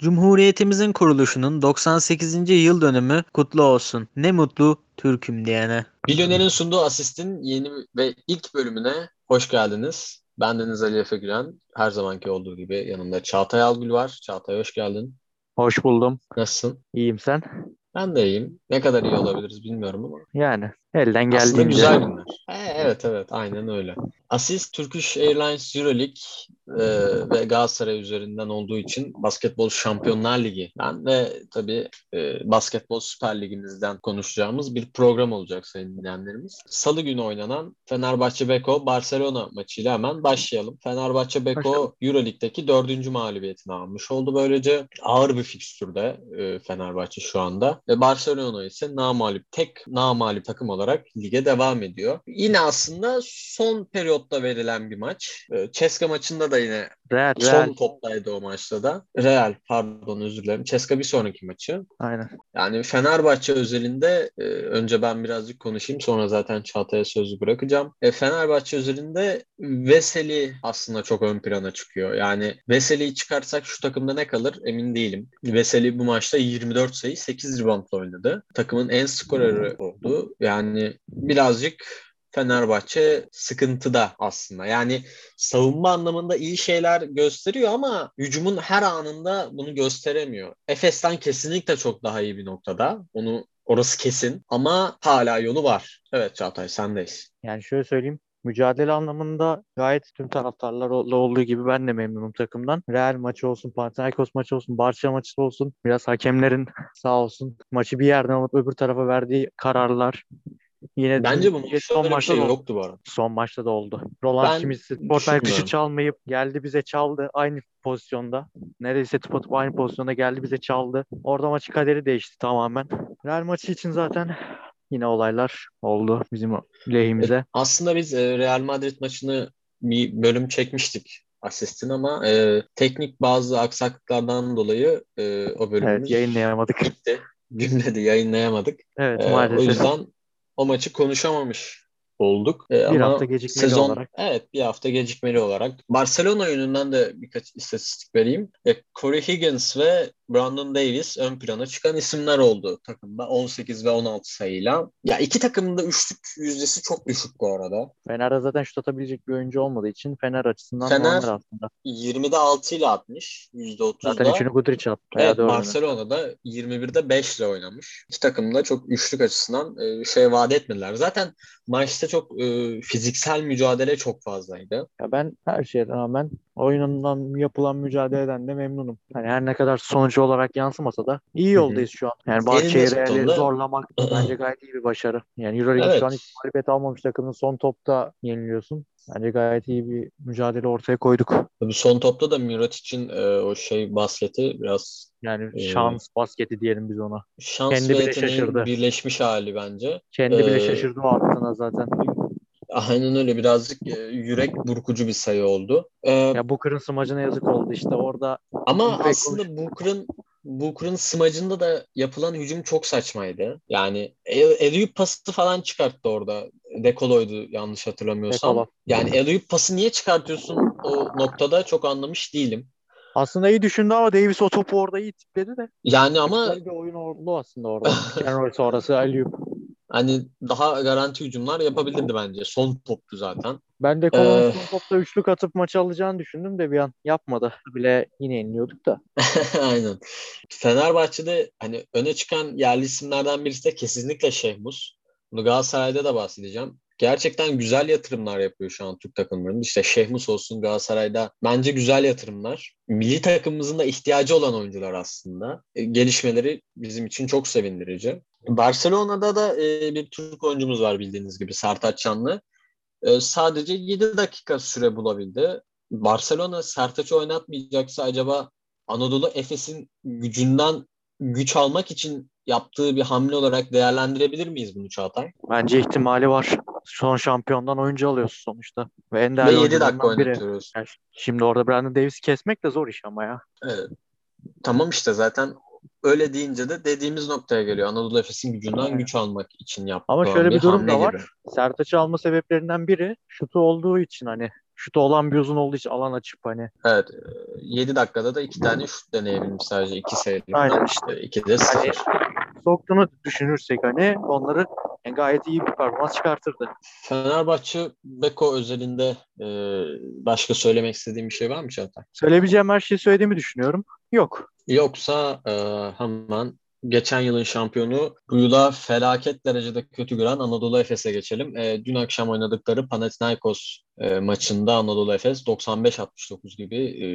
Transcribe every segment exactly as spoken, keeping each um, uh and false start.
Cumhuriyetimizin kuruluşunun doksan sekizinci yıl dönümü kutlu olsun. Ne mutlu Türk'üm diyene. Milyoner'in sunduğu Asist'in yeni ve ilk bölümüne hoş geldiniz. Ben Deniz Ali Efe Gülen. Her zamanki olduğu gibi yanımda Çağatay Algül var. Çağatay hoş geldin. Hoş buldum. Nasılsın? İyiyim sen? Ben de iyiyim. Ne kadar iyi olabiliriz bilmiyorum ama. Yani elden Aslında geldiğince. güzel günler. E, evet evet aynen öyle. Asist Turkish Airlines Euroleague e, ve Galatasaray üzerinden olduğu için Basketbol Şampiyonlar Ligi. Ben de tabii e, Basketbol Süper Ligimizden konuşacağımız bir program olacak sayın dinleyenlerimiz. Salı günü oynanan Fenerbahçe Beko Barcelona maçıyla hemen başlayalım. Fenerbahçe Başladım. Beko Euroleague'deki dördüncü mağlubiyetini almış oldu. Böylece ağır bir fikstürde e, Fenerbahçe şu anda. Ve Barcelona ise namağlup, tek namağlup takım olarak lige devam ediyor. Yine aslında son periyotta verilen bir maç. E, Ceska maçında da yine Real Real. son toptaydı o maçta da. Real, pardon özür dilerim. Ceska bir sonraki maçı. Aynen. Yani Fenerbahçe özelinde e, önce ben birazcık konuşayım sonra zaten Çağatay'a sözü bırakacağım. E, Fenerbahçe özelinde Veseli aslında çok ön plana çıkıyor. Yani Veseli'yi çıkarsak şu takımda ne kalır emin değilim. Veseli bu maçta yirmi dört sayı sekiz reboundla oynadı. Takımın en skoreri oldu. Yani birazcık Fenerbahçe sıkıntıda aslında. Yani savunma anlamında iyi şeyler gösteriyor ama hücumun her anında bunu gösteremiyor. Efes'ten kesinlikle çok daha iyi bir noktada. Onu orası kesin ama hala yolu var. Evet Çağatay sendeyiz. Yani şöyle söyleyeyim. Mücadele anlamında gayet tüm taraftarlarla olduğu gibi ben de memnunum takımdan. Real maçı olsun, Panathinaikos maçı olsun, Barça maçı olsun. Biraz hakemlerin sağ olsun maçı bir yerden alıp öbür tarafa verdiği kararlar. Yine Bence dün bu maçta son öyle bir maçta şey da oldu. yoktu bu arada. Son maçta da oldu. Roland Ben Schmitz spor alkışı düşünmüyorum. çalmayıp geldi bize çaldı aynı pozisyonda. Neredeyse tıpatıp aynı pozisyonda geldi bize çaldı. Orada maçı kaderi değişti tamamen. Real maçı için zaten yine olaylar oldu bizim E, lehimize. aslında biz e, Real Madrid maçını bir bölüm çekmiştik asistin ama e, teknik bazı aksaklıklardan dolayı e, o Evet, bölümümüz yayınlayamadık. gitti. Gülmedi, yayınlayamadık. Evet, E, o maalesef yüzden o maçı konuşamamış olduk. E, bir hafta ama gecikmeli sezon olarak. evet bir hafta gecikmeli olarak. Barcelona yönünden de birkaç istatistik vereyim. E, Corey Higgins ve Brandon Davis ön plana çıkan isimler oldu takımda on sekiz ve on altı sayıyla. Ya iki takımın da üçlük yüzdesi çok düşük bu arada. Fener'de zaten şut atabilecek bir oyuncu olmadığı için Fener açısından normal Fener aslında. yirmide altı ile atmış. Zaten yüzde otuzda. üçünü Guduric attı veya Evet dördünü. Barcelona'da yirmi birde beş ile oynamış. İki takım da çok üçlük açısından e, şey vaat etmediler. Zaten maçta çok e, fiziksel mücadele çok fazlaydı. Ya ben her şeye rağmen oyunundan yapılan mücadeleden de memnunum. Hani her ne kadar sonucu olarak yansımasa da iyi Hı hı. yoldayız şu an. Yani Eninde Barça'yı Real'i sonunda zorlamak bence gayet iyi bir başarı. Yani Euroleague'in şu an hiç evet. galibiyet almamış takımın son topta yeniliyorsun. Bence gayet iyi bir mücadele ortaya koyduk. Tabii son topta da Murat için e, o şey basketi biraz Yani e, şans basketi diyelim biz ona. şans ve Kendi bile yeteneğin şaşırdı. birleşmiş hali bence. E, Kendi bile şaşırdı o attığına zaten. aynen öyle birazcık e, yürek burkucu bir sayı oldu. E, Ya Booker'ın smacına yazık oldu işte orada Ama direkt konuş. aslında Booker'ın Booker'ın smacında da yapılan hücum çok saçmaydı. Yani el- alley-oop pası falan çıkarttı orada. Dekoloydu yanlış hatırlamıyorsam. Dekolo. Yani alley-oop pası niye çıkartıyorsun o noktada çok anlamış değilim. Aslında iyi düşündü ama Davis o topu orada iyi tipledi de. Yani ama Güzel bir oyun oldu aslında orada. Pick and roll sonrası alley hani daha garanti hücumlar yapabilirdi bence. Son toptu zaten. Ben de Kolo'nun Ee, son topta üçlük atıp maçı alacağını düşündüm de bir an yapmadı. Bile yine yeniliyorduk da. aynen. Fenerbahçe'de hani öne çıkan yerli isimlerden birisi de kesinlikle Şehmus. Bunu Galatasaray'da da bahsedeceğim. Gerçekten güzel yatırımlar yapıyor şu an Türk takımlarının. İşte Şehmus olsun Galatasaray'da bence güzel yatırımlar. Milli takımımızın da ihtiyacı olan oyuncular aslında. E, gelişmeleri bizim için çok sevindirici. Barcelona'da da e, bir Türk oyuncumuz var bildiğiniz gibi Sertaç Şanlı. E, sadece yedi dakika süre bulabildi. Barcelona Sertaç'ı oynatmayacaksa acaba Anadolu Efes'in gücünden güç almak için yaptığı bir hamle olarak değerlendirebilir miyiz bunu Çağatay? Bence ihtimali var. Son şampiyondan oyuncu alıyorsun sonuçta. Ve en Ve değerli yedi dakika oyuncularından biri. oynatıyoruz. Yani şimdi orada Brandon Davis'i kesmek de zor iş ama ya. Evet, tamam işte zaten öyle deyince de dediğimiz noktaya geliyor. Anadolu Efes'in gücünden Aynen. güç almak için Ama yapılan şöyle bir bir durum hamle da gibi. var. Sertaç'ı alma sebeplerinden biri şutu olduğu için hani şutu olan bir uzun olduğu için alan açıp hani. Evet. yedi dakikada da iki tane şut deneyebilmiş sadece. iki sayılıktan. Aynen işte. iki de Hani sıfır. soktuğunu düşünürsek hani onları yani gayet iyi bir performans çıkartırdı. Fenerbahçe Beko özelinde e, başka söylemek istediğim bir şey var mı Çağatay? Söyleyebileceğim her şeyi söylediğimi düşünüyorum. Yok. Yoksa e, hemen geçen yılın şampiyonu bu yıla felaket derecede kötü gören Anadolu Efes'e geçelim. E, dün akşam oynadıkları Panathinaikos e, maçında Anadolu Efes doksan beş altmış dokuz gibi e,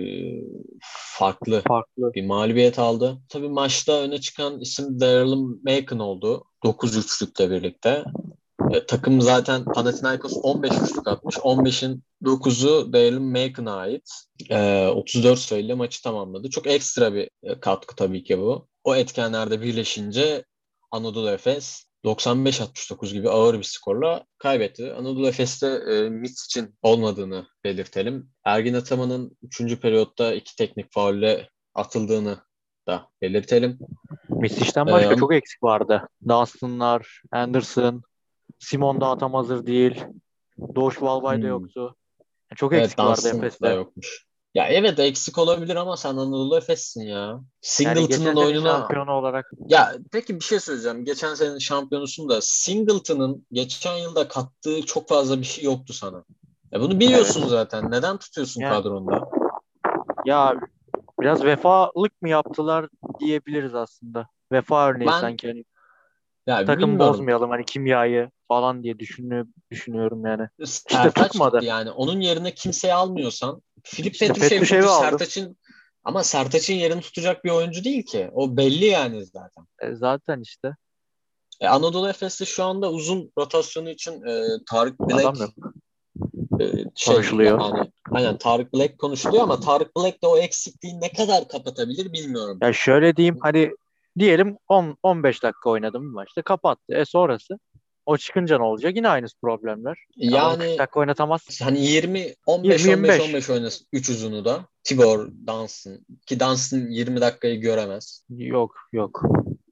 farklı Farklı. bir mağlubiyet aldı. Tabii maçta öne çıkan isim Daryl Macon oldu. dokuz üçlükle birlikte. E, takım zaten Panathinaikos on beş üçlük atmış. on beşin dokuzu Daryl Macon'a ait. E, otuz dört sayıyla maçı tamamladı. Çok ekstra bir e, katkı tabii ki bu. O etkenlerde birleşince Anadolu Efes doksan beş altmış dokuz gibi ağır bir skorla kaybetti. Anadolu Efes'te e, Mitsic'in olmadığını belirtelim. Ergin Ataman'ın üçüncü periyotta iki teknik faulle atıldığını da belirtelim. Misic'ten E, başka An- çok eksik vardı. Dunston'lar, Anderson, Simon da atam hazır değil. Doğuş Valvay da hmm. yoktu. Yani çok Evet, eksik vardı Dunstan da Efes'te. yokmuş. Ya evet, eksik olabilir ama sen Anadolu Efes'sin ya. Yani geçen Singleton'ın sene oyununa... şampiyonu olarak Ya peki bir şey söyleyeceğim. Geçen senenin şampiyonusun da Singleton'ın geçen yılda kattığı çok fazla bir şey yoktu sana. Ya bunu evet. biliyorsun zaten. Neden tutuyorsun Yani kadronda? ya biraz vefalık mı yaptılar diyebiliriz aslında. Vefa örneği Ben sanki hani ya takım bilmiyorum. bozmayalım hani kimyayı falan diye düşünü düşünüyorum yani. İşte Sertaç tutmadı. gitti yani. Onun yerine kimseyi almıyorsan Filip İşte Petrusev'i Petrusev'i getir aldım. Sertaç'ın, ama Sertaç'ın yerini tutacak bir oyuncu değil ki. O belli yani zaten. E, zaten işte E, Anadolu Efes'te şu anda uzun rotasyonu için e, Tarık Black adam yok. e, şey Konuşuluyor. yani aynen Tarık Black konuşuluyor ama Tarık Black de o eksikliği ne kadar kapatabilir bilmiyorum. Ya şöyle diyeyim hadi diyelim on on beş dakika oynadım bir maçta kapattı. E sonrası o çıkınca ne olacak? Yine aynı problemler. Adamı kırk Yani dakika oynatamaz. hani yirmi on beş on beş on yirmi yirmi beş. beş oynasın üç uzunu da Tibor Dunstan, ki Dunstan yirmi dakikayı göremez. Yok yok.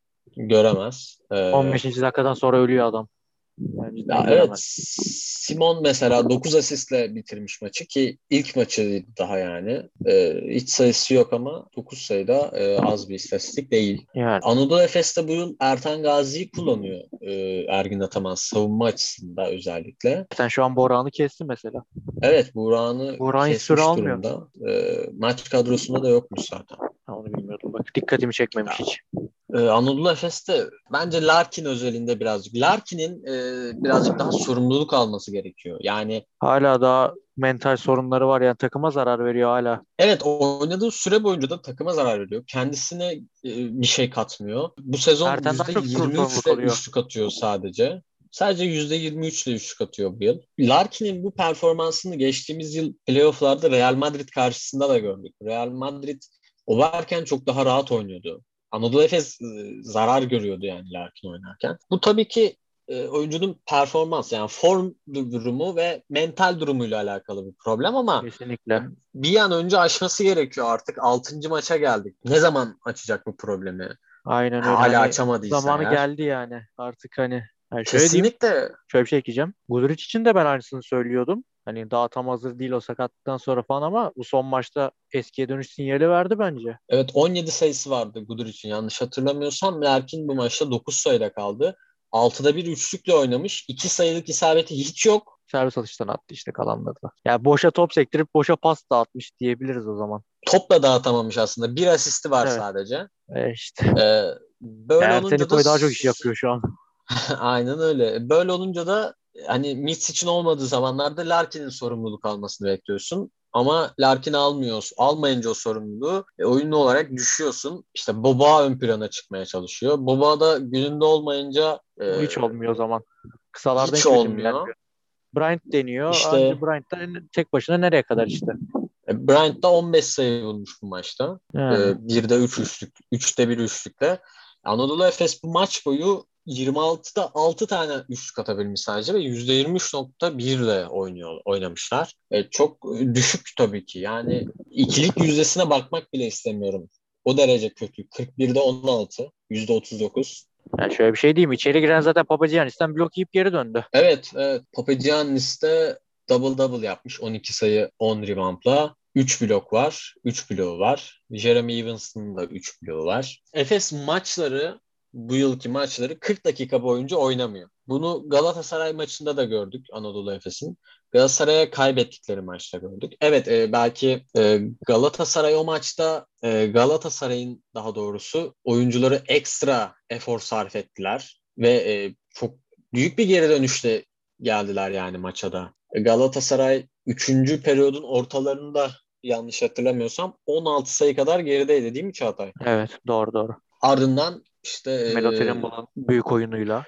Göremez. on E, beşinci dakikadan sonra ölüyor adam. Yani Ya cidden evet, göremez. Simon mesela dokuz asistle bitirmiş maçı, ki ilk maçı daha yani. Ee, hiç sayısı yok ama dokuz sayıda e, az bir istatistik değil. Yani Anadolu Efes'te bu yıl Ertan Gazi'yi kullanıyor e, Ergin Ataman, savunma açısında özellikle. sen şu an Boran'ı kestin mesela. Evet, Burak'ını Boran hiç süre kesmiş almıyor. durumda. E, maç kadrosunda da yokmuş zaten. Ha, onu bilmiyordum bak. Dikkatimi çekmemiş hiç. Ee, Anadolu Efes'te bence Larkin özelinde birazcık. Larkin'in e, birazcık daha sorumluluk alması gerekiyor. Yani Hala daha mental sorunları var yani takıma zarar veriyor hala. evet, oynadığı süre boyunca da takıma zarar veriyor. Kendisine e, bir şey katmıyor. Bu sezon Erten daha çok sor- sorumluluk yüzde yirmi üçle alıyor. üçlük atıyor sadece. Sadece yüzde yirmi üçle üçlük atıyor bu yıl. Larkin'in bu performansını geçtiğimiz yıl playofflarda Real Madrid karşısında da gördük. Real Madrid o varken çok daha rahat oynuyordu. Anadolu Efes e, zarar görüyordu yani Larkin oynarken. Bu tabii ki e, oyuncunun performans, yani form durumu ve mental durumuyla alakalı bir problem ama Kesinlikle. bir an önce aşması gerekiyor artık. Altıncı maça geldik. Ne zaman açacak bu problemi? Aynen öyle. Hala Hani açamadıysa zamanı eğer. geldi yani. Artık hani yani şöyle diyeyim. Kesinlikle. Şöyle bir şey ekleyeceğim. Guduric için de ben aynısını söylüyordum. Hani daha tam hazır değil o sakatlıktan sonra falan ama bu son maçta eskiye dönüş sinyali verdi bence. Evet, on yedi sayısı vardı Gudur için yanlış hatırlamıyorsam. Larkin bu maçta dokuz sayıda kaldı. altıda bir üçlükle oynamış. iki sayılık isabeti hiç yok. Servis atıştan attı işte kalanları da. Yani boşa top sektirip boşa pas dağıtmış diyebiliriz o zaman. Top da dağıtamamış aslında. Bir asisti var Evet. sadece. E işte. Ee, Ya böyle Erten olunca da İkoy daha çok iş yapıyor şu an. aynen öyle. Böyle olunca da hani Mitch için olmadığı zamanlarda Larkin'in sorumluluk almasını bekliyorsun. Ama Larkin almıyor. Almayınca o sorumluluğu e, oyunlu olarak düşüyorsun. İşte Boba ön plana çıkmaya çalışıyor. Boba da gününde olmayınca O e, hiç olmuyor o zaman. Kısalarda hiç hiç verim olmuyor. vermiyor. Bryant deniyor. İşte Anca Bryant da tek başına nereye kadar işte. e, Bryant da on beş sayı bulmuş bu maçta. Yani. E, birde üç üçlük, üçte bir üçlükle. Anadolu Efes bu maç boyu yirmi altıda altı tane üçlük atabilmiş sadece ve yüzde yirmi üç nokta bir ile oynuyor, oynamışlar. E, çok düşük tabii ki. Yani ikilik yüzdesine bakmak bile istemiyorum. O derece kötü. kırk birde on altı, yüzde otuz dokuz. Yani şöyle bir şey diyeyim. İçeri giren zaten Papagiannis'ten blok yiyip geri döndü. Evet, evet. Papagiannis'te double double yapmış. on iki sayı on reboundla. üç blok var. üç bloğu var. Jeremy Evans'ın da üç bloğu var. Efes maçları, bu yılki maçları kırk dakika boyunca oynamıyor. Bunu Galatasaray maçında da gördük, Anadolu Efes'in. Galatasaray'a kaybettikleri maçta gördük. Evet, e, belki e, Galatasaray o maçta e, Galatasaray'ın daha doğrusu oyuncuları ekstra efor sarf ettiler ve e, çok büyük bir geri dönüşte geldiler yani maça da. Galatasaray üçüncü periyodun ortalarında, yanlış hatırlamıyorsam, on altı sayı kadar gerideydi değil mi Çağatay? Evet, doğru doğru. Ardından işte Melo e, Trimbal'ın büyük oyunuyla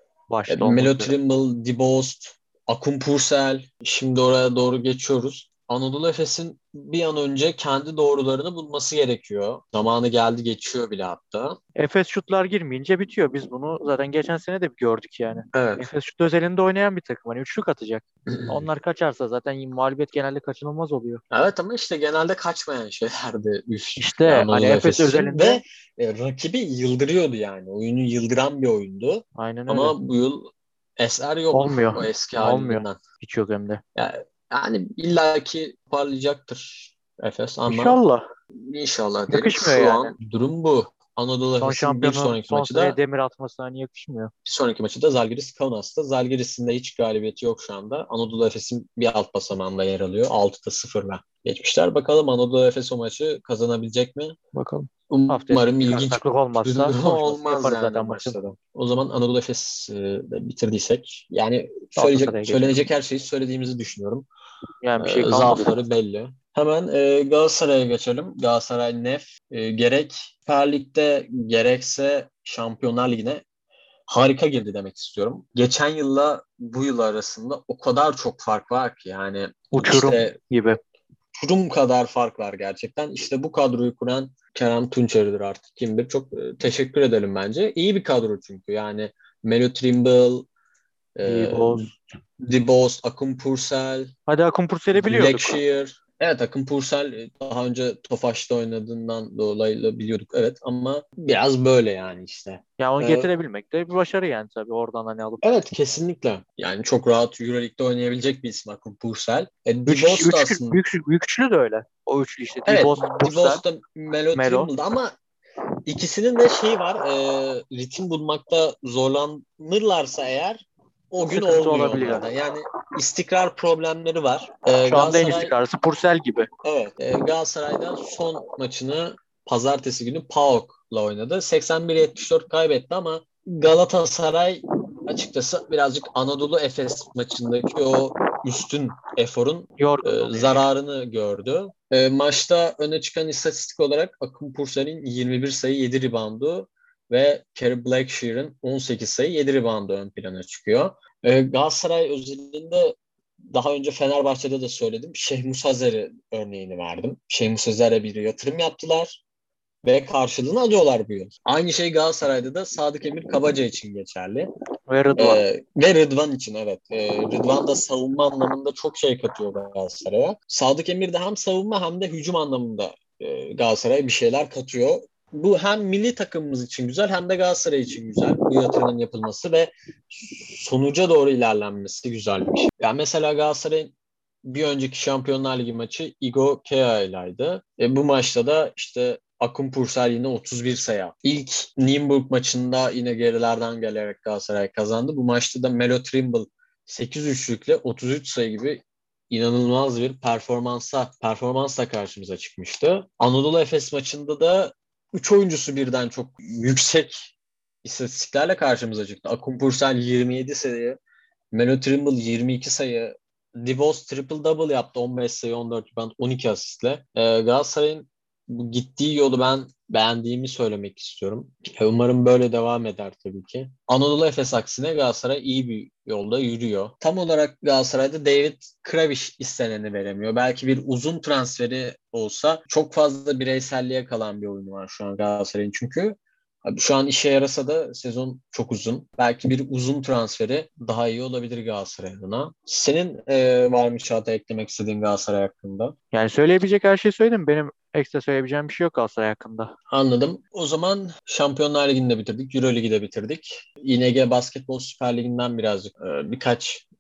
e, başta olmak Melo üzere. Trimble, DeBost, Akun Pursel, şimdi oraya doğru geçiyoruz. Anadolu Efes'in bir an önce kendi doğrularını bulması gerekiyor. Zamanı geldi, geçiyor bile hatta. Efes şutlar girmeyince bitiyor. Biz bunu zaten geçen sene de gördük yani. Evet. Efes şut özelinde oynayan bir takım. Hani üçlük atacak. Onlar kaçarsa zaten mağlubiyet genelde kaçınılmaz oluyor. Evet ama işte genelde kaçmayan şeylerdi üçlük İşte hani Anadolu Efes Efes için ve özelinde e, rakibi yıldırıyordu yani. Oyunu yıldıran bir oyundu. aynen öyle. Ama bu yıl eser yok Olmuyor. o eski Olmuyor. halinden. Hiç yok hem de. Yani, yani illaki toparlayacaktır Efes ama İnşallah. inşallah derim. Yakışmıyor Şu yani. an durum bu. Anadolu Son Efes'in bir şampiyonun sonraki son maçı sıraya da demir atması hani yakışmıyor. bir sonraki maçı da Zalgiris Kaunas'ta. Zalgiris'in de hiç galibiyeti yok şu anda. Anadolu Efes'in bir alt basamağında yer alıyor. altıda sıfırla geçmişler. Bakalım Anadolu Efes o maçı kazanabilecek mi? Bakalım. Haftaya Umarım bir ilginç aksaklık olmazsa konuşmasını olmaz yaparız yani zaten o maçın. maçta da. O zaman Anadolu Efes'i de bitirdiysek, yani söyleyecek Galatasaray'a geçelim. söylenecek her şeyi söylediğimizi düşünüyorum. Yani bir şey Ee, kalmadı. zaafları belli. Hemen e, Galatasaray'a geçelim. Galatasaray Nef e, gerek Süper Lig'de gerekse Şampiyonlar Ligi'ne harika girdi demek istiyorum. Geçen yılla bu yıl arasında o kadar çok fark var ki yani Uçurum işte gibi. uçurum kadar fark var gerçekten. İşte bu kadroyu kuran Kerem Tunçeri'dir artık kimdir. Çok e, teşekkür edelim bence. İyi bir kadro çünkü yani Melo Trimble, e, Dibos. DeBost, Akın Pursel, Hadi Akın Pursel'i biliyorduk. Blackshear. Evet, Akın Pursel e, daha önce Tofaş'ta oynadığından dolayı biliyorduk. Evet ama biraz böyle yani işte. Ya onu Ee, getirebilmek de bir başarı yani tabii oradan hani alıp. evet kesinlikle. Yani çok rahat Euroleague'de oynayabilecek bir isim Akın Pursel. E, Üç, kişi- DeBost da üç, aslında büyük, büyük üçlü de öyle. O üçlü işte. evet, Dibos, Pursel, DeBost da Melo Melo. Trimble'da ama ikisinin de şeyi var. E, ritim bulmakta zorlanırlarsa eğer o gün Sıkıntı olmuyor olabiliyor. onlardan. Yani istikrar problemleri var. E, Şu anda en Galatasaray istikrarlısı Pursel gibi. Evet, e, Galatasaray'da son maçını pazartesi günü PAOK'la oynadı. seksen bir yetmiş dört kaybetti ama Galatasaray açıkçası birazcık Anadolu Efes maçındaki o üstün eforun e, Yorgunluğunu yaşıyor. zararını gördü. E, maçta öne çıkan istatistik olarak Akın Pursel'in yirmi bir sayı yedi reboundu ve Kerry Blackshear'ın on sekiz sayı yedi reboundu ön plana çıkıyor. E, Galatasaray özelinde daha önce Fenerbahçe'de de söyledim. Şeyh Musazer'i örneğini verdim. Şeyh Musazer'e bir yatırım yaptılar ve karşılığını alıyorlar bu yıl. Aynı şey Galatasaray'da da Sadık Emir Kabaca için geçerli. Ve Rıdvan. Ee, ve Rıdvan için evet. Ee, Rıdvan da savunma anlamında çok şey katıyor Galatasaray'a. Sadık Emir de hem savunma hem de hücum anlamında e, Galatasaray'a bir şeyler katıyor. Bu hem milli takımımız için güzel hem de Galatasaray için güzel. Bu yatırımın yapılması ve sonuca doğru ilerlenmesi güzel bir şey. Yani mesela Galatasaray'ın bir önceki Şampiyonlar Ligi maçı Igo Kea'ylaydı. E, bu maçta da işte Akın Pursel yine otuz bir sayı attı. İlk Nürnberg maçında yine gerilerden gelerek Galatasaray kazandı. Bu maçta da Melo Trimble sekiz üçlükle otuz üç sayı gibi inanılmaz bir performansa performansla karşımıza çıkmıştı. Anadolu Efes maçında da üç oyuncusu birden çok yüksek istatistiklerle karşımıza çıktı. Akın Pursel yirmi yedi sayı, Melo Trimble yirmi iki sayı, DeBost triple double yaptı. on beş sayı, on dört rebound, on iki asistle. Ee, Galatasaray'ın bu gittiği yolu ben beğendiğimi söylemek istiyorum. Ee, umarım böyle devam eder tabii ki. Anadolu Efes aksine Galatasaray iyi bir yolda yürüyor. Tam olarak Galatasaray'da David Kravish isteneni veremiyor. Belki bir uzun transferi olsa çok fazla bireyselliğe kalan bir oyunu var şu an Galatasaray'ın çünkü. Abi şu an işe yarasa da sezon çok uzun. Belki bir uzun transferi daha iyi olabilir Galatasaray adına. Senin e, var mı Çağatay eklemek istediğin Galatasaray hakkında? Yani söyleyebilecek her şeyi söyledim. Benim ekstra söyleyebileceğim bir şey yok Galatasaray hakkında. Anladım. O zaman Şampiyonlar Ligi'ni de bitirdik. Euro Ligi de bitirdik. İ N G Basketbol Süper Ligi'nden birazcık e, birkaç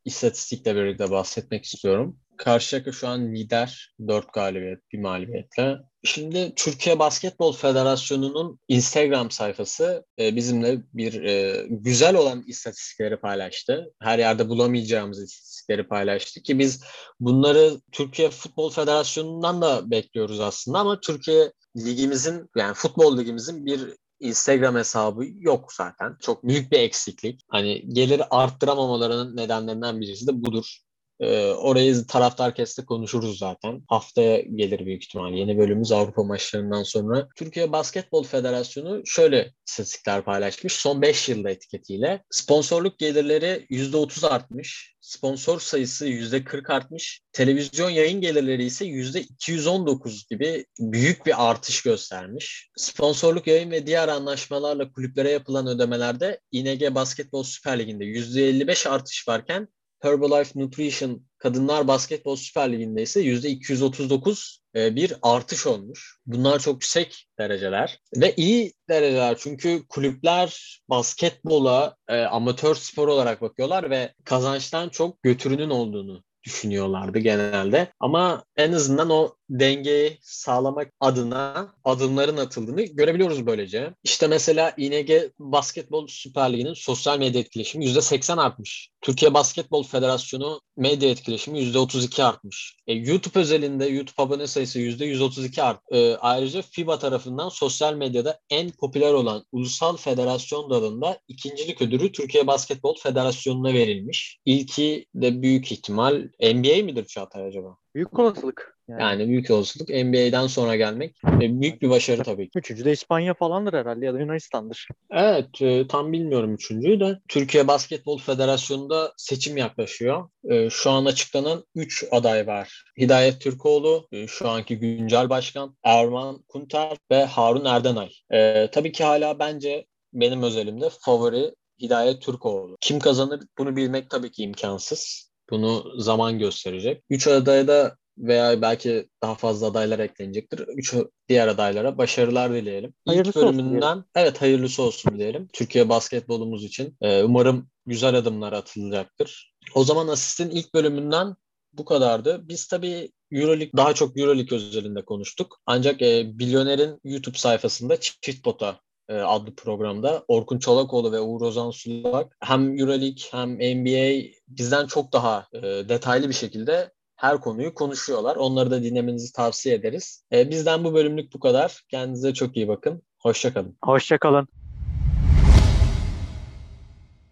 istatistikle birlikte bahsetmek istiyorum. Karşıyaka şu an lider dört galibiyet, bir mağlubiyetle. Şimdi Türkiye Basketbol Federasyonu'nun Instagram sayfası e, bizimle bir e, güzel olan istatistikleri paylaştı. Her yerde bulamayacağımız istatistikleri paylaştı ki biz bunları Türkiye Futbol Federasyonu'ndan da bekliyoruz aslında ama Türkiye ligimizin yani futbol ligimizin bir Instagram hesabı yok zaten. Çok büyük bir eksiklik. Hani geliri arttıramamalarının nedenlerinden birisi de budur. Ee, orayı taraftar kesti konuşuruz zaten. Haftaya gelir büyük ihtimal yeni bölümümüz Avrupa maçlarından sonra. Türkiye Basketbol Federasyonu şöyle istatistikler paylaşmış. Son beş yılda etiketiyle sponsorluk gelirleri yüzde otuz artmış. Sponsor sayısı yüzde kırk artmış. Televizyon yayın gelirleri ise yüzde iki yüz on dokuz gibi büyük bir artış göstermiş. Sponsorluk yayın ve diğer anlaşmalarla kulüplere yapılan ödemelerde İ N G Basketbol Süper Ligi'nde yüzde elli beş artış varken Herbalife Nutrition Kadınlar Basketbol Süper Ligi'nde ise yüzde iki yüz otuz dokuz bir artış olmuş. Bunlar çok yüksek dereceler ve iyi dereceler çünkü kulüpler basketbola e, amatör spor olarak bakıyorlar ve kazançtan çok götürünün olduğunu düşünüyorlardı genelde. Ama en azından o dengeyi sağlamak adına adımların atıldığını görebiliyoruz böylece. İşte mesela İ N G Basketbol Süper Ligi'nin sosyal medya etkileşimi yüzde seksen artmış. Türkiye Basketbol Federasyonu medya etkileşimi yüzde otuz iki artmış. E, YouTube özelinde YouTube abone sayısı yüzde yüz otuz iki arttı. E, ayrıca FIBA tarafından sosyal medyada en popüler olan Ulusal Federasyon dalında ikincilik ödülü Türkiye Basketbol Federasyonu'na verilmiş. İlki de büyük ihtimal N B A midir Çağatay acaba? Büyük olasılık. Yani, Yani büyük olasılık N B A'den sonra gelmek e, büyük bir başarı tabii ki. üçüncü de İspanya falandır herhalde ya da Yunanistan'dır. Evet, e, tam bilmiyorum üçüncüyü de. Türkiye Basketbol Federasyonu'nda seçim yaklaşıyor. E, şu an açıklanan üç aday var. Hidayet Türkoğlu, e, şu anki güncel başkan, Erman Kunter ve Harun Erdenay. E, tabii ki hala bence benim özelimde favori Hidayet Türkoğlu. Kim kazanır bunu bilmek tabii ki imkansız. Bunu zaman gösterecek. Üç adaya da veya belki daha fazla adaylar eklenecektir. Üç diğer adaylara başarılar dileyelim. İlk Hayırlısı olsun diyelim. bölümünden evet hayırlısı olsun diyelim. Türkiye basketbolumuz için. Ee, umarım güzel adımlar atılacaktır. O zaman Asist'in ilk bölümünden bu kadardı. Biz tabii Euroleague, daha çok Euroleague özelinde konuştuk. Ancak e, Bilyoner'in YouTube sayfasında Çift Pota e, adlı programda Orkun Çolakoğlu ve Uğur Ozan Sulak hem Euroleague hem N B A bizden çok daha e, detaylı bir şekilde her konuyu konuşuyorlar. Onları da dinlemenizi tavsiye ederiz. E, bizden bu bölümlük bu kadar. Kendinize çok iyi bakın. Hoşça kalın. Hoşça kalın.